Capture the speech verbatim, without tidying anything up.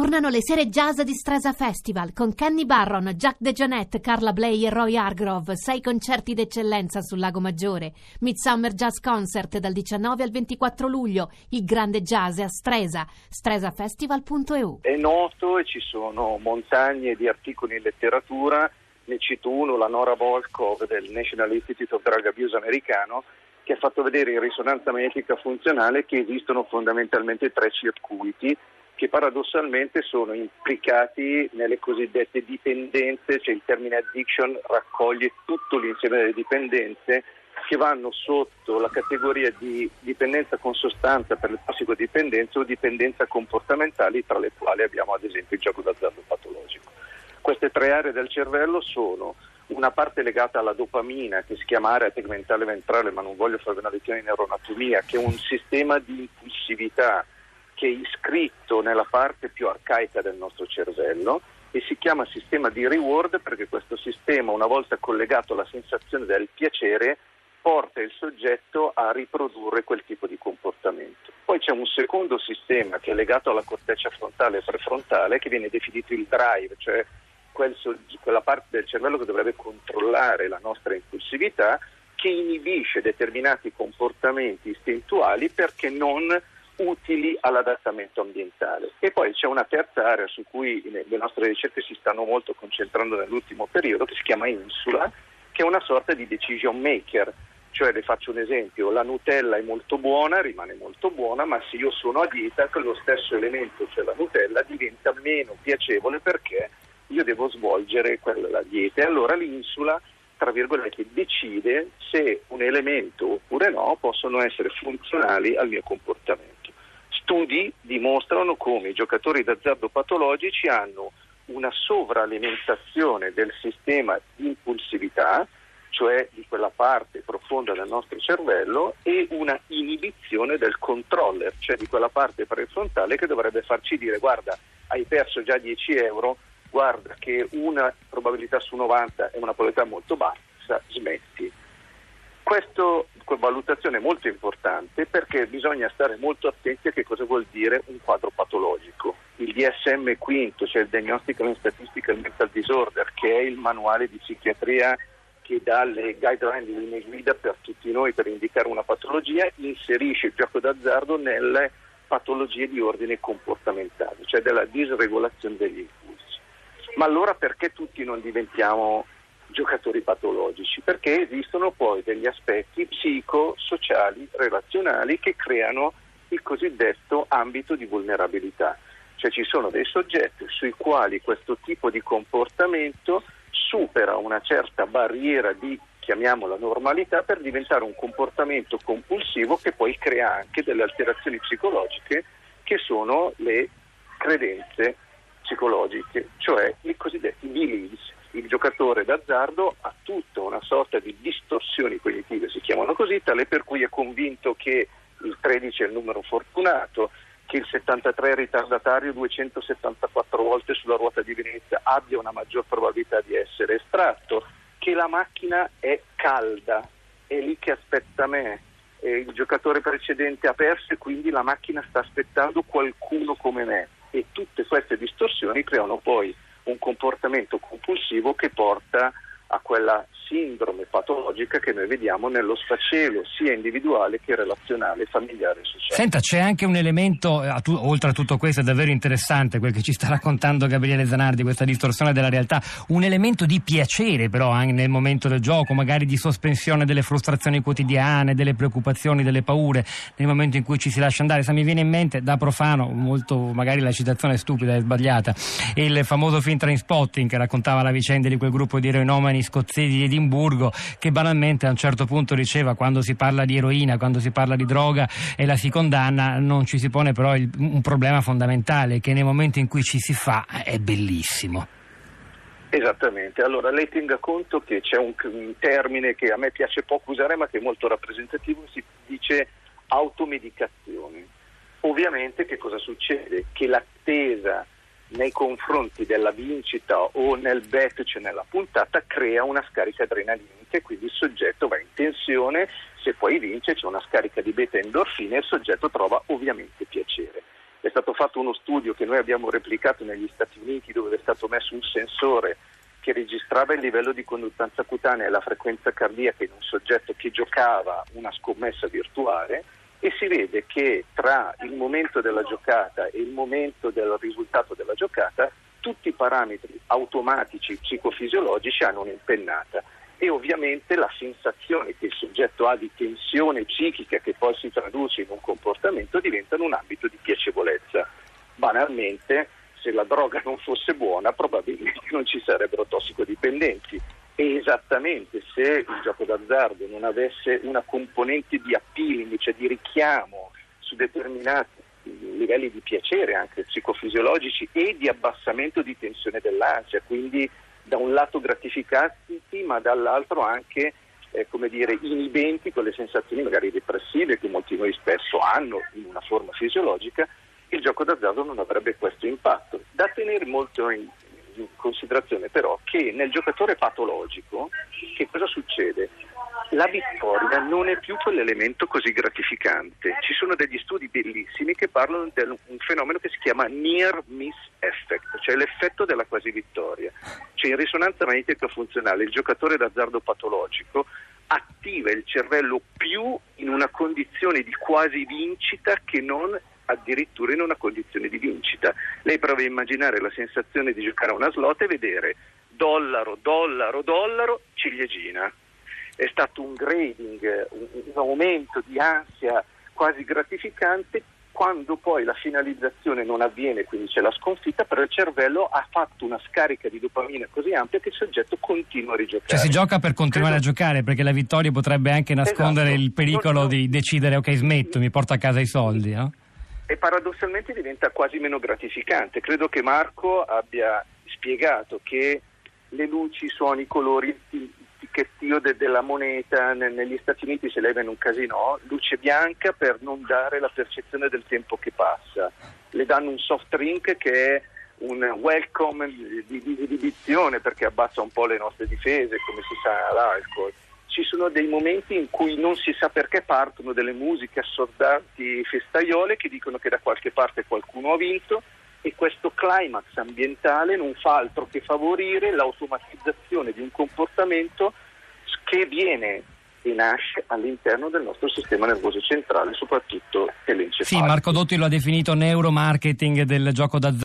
Tornano le sere jazz di Stresa Festival con Kenny Barron, Jack DeJohnette, Carla Bley e Roy Hargrove. Sei concerti d'eccellenza sul Lago Maggiore. Midsummer Jazz Concert dal diciannove al ventiquattro luglio. Il grande jazz è a Stresa. stresafestival punto e u. È noto e ci sono montagne di articoli in letteratura. Ne cito uno, la Nora Volkov del National Institute of Drug Abuse americano, che ha fatto vedere in risonanza magnetica funzionale che esistono fondamentalmente tre circuiti che paradossalmente sono implicati nelle cosiddette dipendenze, cioè il termine addiction raccoglie tutto l'insieme delle dipendenze che vanno sotto la categoria di dipendenza con sostanza per le tossicodipendenze o dipendenza comportamentali, tra le quali abbiamo ad esempio il gioco d'azzardo patologico. Queste tre aree del cervello sono una parte legata alla dopamina, che si chiama area tegmentale ventrale, ma non voglio fare una lezione di neuroanatomia, che è un sistema di impulsività che è iscritto nella parte più arcaica del nostro cervello e si chiama sistema di reward perché questo sistema, una volta collegato alla sensazione del piacere, porta il soggetto a riprodurre quel tipo di comportamento. Poi c'è un secondo sistema che è legato alla corteccia frontale e prefrontale che viene definito il drive, cioè quel so- quella parte del cervello che dovrebbe controllare la nostra impulsività, che inibisce determinati comportamenti istintuali perché non utili all'adattamento ambientale. E poi c'è una terza area su cui le nostre ricerche si stanno molto concentrando nell'ultimo periodo, che si chiama insula, che è una sorta di decision maker. Cioè, le faccio un esempio, la Nutella è molto buona, rimane molto buona, ma se io sono a dieta, lo stesso elemento, cioè la Nutella, diventa meno piacevole perché io devo svolgere quella dieta. E allora l'insula, tra virgolette, decide se un elemento oppure no possono essere funzionali al mio comportamento. Studi dimostrano come i giocatori d'azzardo patologici hanno una sovralimentazione del sistema di impulsività, cioè di quella parte profonda del nostro cervello, e una inibizione del controller, cioè di quella parte prefrontale che dovrebbe farci dire: guarda, hai perso già dieci euro, guarda che una probabilità su novanta è una probabilità molto bassa, smetti. Questa valutazione è molto importante perché bisogna stare molto attenti a che cosa vuol dire un quadro patologico. Il D S M quinto, cioè il Diagnostic and Statistical Mental Disorder, che è il manuale di psichiatria che dà le guideline di linee guida per tutti noi per indicare una patologia, inserisce il gioco d'azzardo nelle patologie di ordine comportamentale, cioè della disregolazione degli impulsi. Ma allora perché tutti non diventiamo giocatori patologici? Perché esistono poi degli aspetti psicosociali, relazionali che creano il cosiddetto ambito di vulnerabilità. Cioè ci sono dei soggetti sui quali questo tipo di comportamento supera una certa barriera di, chiamiamola, normalità, per diventare un comportamento compulsivo che poi crea anche delle alterazioni psicologiche che sono le credenze psicologiche, cioè i cosiddetti beliefs. Il giocatore d'azzardo ha tutta una sorta di distorsioni cognitive, si chiamano così, tale per cui è convinto che il tredici è il numero fortunato, che il settantatré è ritardatario duecentosettantaquattro volte sulla ruota di Venezia abbia una maggior probabilità di essere estratto, che la macchina è calda, è lì che aspetta me, e il giocatore precedente ha perso e quindi la macchina sta aspettando qualcuno come me. E tutte queste distorsioni creano poi un comportamento compulsivo che porta a quella sindrome patologica che noi vediamo nello sfacelo sia individuale che relazionale, familiare e sociale. Senta, c'è anche un elemento, oltre a tutto questo è davvero interessante quel che ci sta raccontando Gabriele Zanardi, questa distorsione della realtà, un elemento di piacere però anche nel momento del gioco, magari di sospensione delle frustrazioni quotidiane, delle preoccupazioni, delle paure, nel momento in cui ci si lascia andare. Se mi viene in mente, da profano, molto magari la citazione è stupida e sbagliata, il famoso film Trainspotting che raccontava la vicenda di quel gruppo di eroinomani scozzesi di Edimburgo che banalmente a un certo punto diceva: quando si parla di eroina, quando si parla di droga e la si condanna, non ci si pone però il, un problema fondamentale, che nel momento in cui ci si fa è bellissimo. Esattamente, allora lei tenga conto che c'è un, un termine che a me piace poco usare ma che è molto rappresentativo, si dice automedicazione. Ovviamente che cosa succede? Che l'attesa nei confronti della vincita o nel bet, cioè nella puntata, crea una scarica adrenalinica e quindi il soggetto va in tensione, se poi vince c'è una scarica di beta endorfine e il soggetto trova ovviamente piacere. È stato fatto uno studio che noi abbiamo replicato negli Stati Uniti, dove è stato messo un sensore che registrava il livello di conduttanza cutanea e la frequenza cardiaca in un soggetto che giocava una scommessa virtuale, e si vede che tra il momento della giocata e il momento del risultato della giocata tutti i parametri automatici psicofisiologici hanno un'impennata, e ovviamente la sensazione che il soggetto ha di tensione psichica, che poi si traduce in un comportamento, diventa un ambito di piacevolezza. Banalmente, se la droga non fosse buona, probabilmente non ci sarebbero tossicodipendenti, e esattamente se il gioco d'azzardo non avesse una componente di appealing, cioè di richiamo su determinati livelli di piacere anche psicofisiologici e di abbassamento di tensione dell'ansia, quindi da un lato gratificanti ma dall'altro anche eh, come dire, inibenti quelle sensazioni magari depressive che molti di noi spesso hanno in una forma fisiologica, il gioco d'azzardo non avrebbe questo impatto. Da tenere molto in, in considerazione però che nel giocatore patologico che cosa succede? La vittoria non è più quell'elemento così gratificante. Ci sono degli studi bellissimi che parlano di un fenomeno che si chiama near miss effect, cioè l'effetto della quasi vittoria. Cioè in risonanza magnetica funzionale il giocatore d'azzardo patologico attiva il cervello più in una condizione di quasi vincita che non addirittura in una condizione di vincita. Lei prova a immaginare la sensazione di giocare a una slot e vedere dollaro, dollaro, dollaro, ciliegina. È stato un grading, un, un aumento di ansia quasi gratificante, quando poi la finalizzazione non avviene, quindi c'è la sconfitta, però il cervello ha fatto una scarica di dopamina così ampia che il soggetto continua a rigiocare. Cioè si gioca per continuare Credo... a giocare, perché la vittoria potrebbe anche nascondere esatto. il pericolo non, non... di decidere ok smetto, mi porto a casa i soldi, no? E paradossalmente diventa quasi meno gratificante. Credo che Marco abbia spiegato che le luci, i suoni, i colori, il ticchettio de- della moneta ne- negli Stati Uniti, se lei va in un casino, luce bianca per non dare la percezione del tempo che passa. Le danno un soft drink che è un welcome di, di, di esibizione perché abbassa un po' le nostre difese, come si sa l'alcol. Ci sono dei momenti in cui non si sa perché partono delle musiche assordanti festaiole che dicono che da qualche parte qualcuno ha vinto, e questo climax ambientale non fa altro che favorire l'automatizzazione di un comportamento che viene e nasce all'interno del nostro sistema nervoso centrale, soprattutto dell'encefalo. Sì, Marco Dotti lo ha definito neuromarketing del gioco d'azzardo.